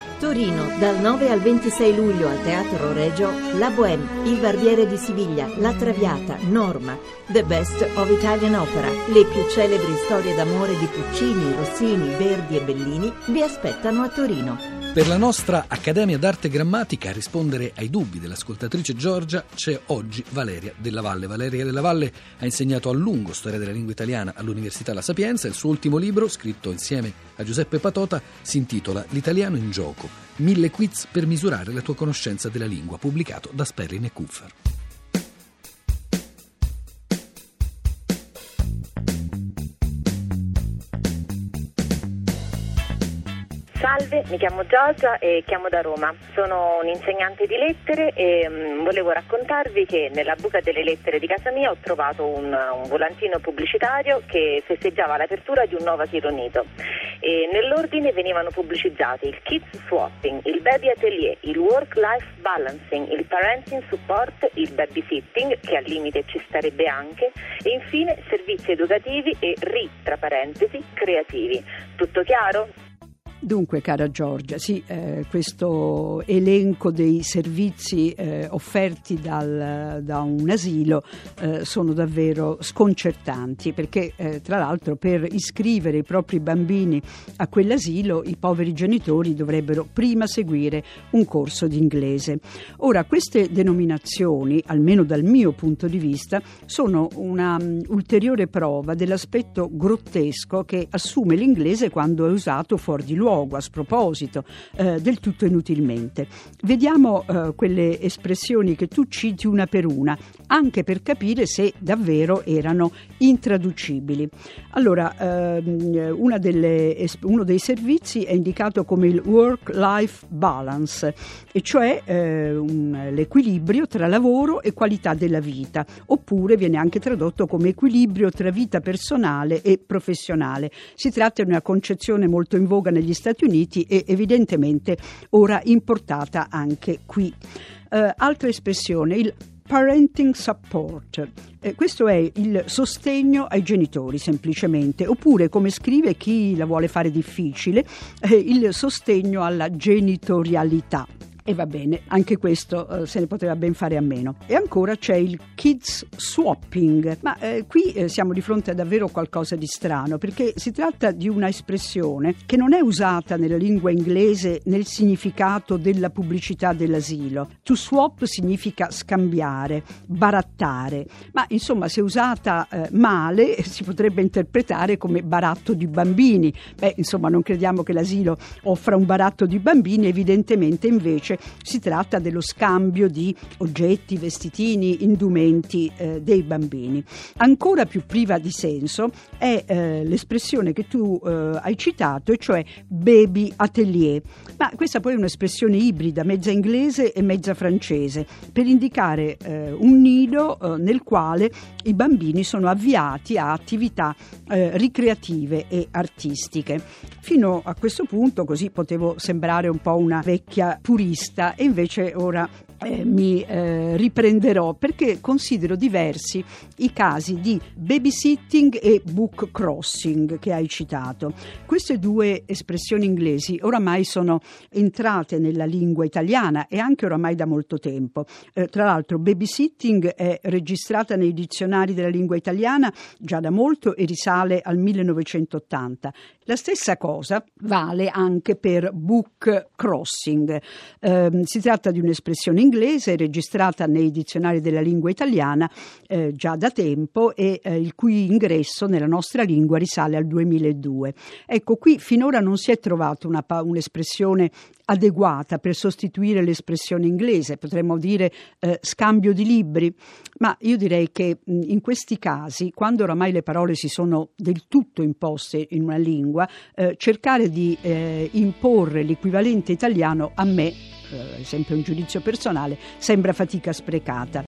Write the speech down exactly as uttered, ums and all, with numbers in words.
Torino, dal nove al ventisei luglio al Teatro Regio, La Bohème, Il Barbiere di Siviglia, La Traviata, Norma, The Best of Italian Opera, le più celebri storie d'amore di Puccini, Rossini, Verdi e Bellini vi aspettano a Torino. Per la nostra Accademia d'Arte Grammatica a rispondere ai dubbi dell'ascoltatrice Giorgia c'è oggi Valeria Della Valle. Valeria Della Valle ha insegnato a lungo storia della lingua italiana all'Università La Sapienza. Il suo ultimo libro, scritto insieme a Giuseppe Patota, si intitola L'italiano in gioco, mille quiz per misurare la tua conoscenza della lingua, pubblicato da Sperling e Kupfer. Salve, mi chiamo Giorgia e chiamo da Roma. Sono un'insegnante di lettere e um, volevo raccontarvi che nella buca delle lettere di casa mia ho trovato un, un volantino pubblicitario che festeggiava l'apertura di un nuovo asilo nido. E nell'ordine venivano pubblicizzati il Kids Swapping, il Baby Atelier, il Work-Life Balancing, il Parenting Support, il Babysitting, che al limite ci starebbe anche, e infine servizi educativi e ri, tra parentesi, creativi. Tutto chiaro? Dunque, cara Giorgia, sì, eh, questo elenco dei servizi eh, offerti dal, da un asilo eh, sono davvero sconcertanti, perché eh, tra l'altro per iscrivere i propri bambini a quell'asilo i poveri genitori dovrebbero prima seguire un corso di inglese. Ora, queste denominazioni, almeno dal mio punto di vista, sono una um, ulteriore prova dell'aspetto grottesco che assume l'inglese quando è usato fuori di luogo, a sproposito, eh, del tutto inutilmente. Vediamo eh, quelle espressioni che tu citi una per una, anche per capire se davvero erano intraducibili. Allora, ehm, una delle, uno dei servizi è indicato come il work-life balance, e cioè eh, un, l'equilibrio tra lavoro e qualità della vita, oppure viene anche tradotto come equilibrio tra vita personale e professionale. Si tratta di una concezione molto in voga negli Stati Uniti e evidentemente ora importata anche qui. Uh, altra espressione, il parenting support. Eh, questo è il sostegno ai genitori, semplicemente, oppure, come scrive chi la vuole fare difficile, eh, il sostegno alla genitorialità. E va bene, anche questo eh, se ne poteva ben fare a meno. E ancora c'è il kids swapping, ma eh, qui eh, siamo di fronte a davvero qualcosa di strano, perché si tratta di una espressione che non è usata nella lingua inglese nel significato della pubblicità dell'asilo. To swap significa scambiare, barattare, ma insomma, se usata eh, male si potrebbe interpretare come baratto di bambini. Beh, insomma, non crediamo che l'asilo offra un baratto di bambini, evidentemente invece si tratta dello scambio di oggetti, vestitini, indumenti eh, dei bambini. Ancora più priva di senso è eh, l'espressione che tu eh, hai citato, e cioè baby atelier. Ma questa poi è un'espressione ibrida, mezza inglese e mezza francese, per indicare eh, un nido eh, nel quale i bambini sono avviati a attività eh, ricreative e artistiche. Fino a questo punto così potevo sembrare un po' una vecchia purista, e invece ora Eh, mi eh, riprenderò, perché considero diversi i casi di babysitting e book crossing che hai citato. Queste due espressioni inglesi oramai sono entrate nella lingua italiana e anche oramai da molto tempo. Eh, tra l'altro babysitting è registrata nei dizionari della lingua italiana già da molto e risale al millenovecentottanta. La stessa cosa vale anche per book crossing. Eh, si tratta di un'espressione inglese inglese registrata nei dizionari della lingua italiana eh, già da tempo e eh, il cui ingresso nella nostra lingua risale al duemiladue. Ecco, qui finora non si è trovata una, un'espressione adeguata per sostituire l'espressione inglese, potremmo dire eh, scambio di libri, ma io direi che mh, in questi casi, quando oramai le parole si sono del tutto imposte in una lingua, eh, cercare di eh, imporre l'equivalente italiano a me, per esempio un giudizio personale, sembra fatica sprecata.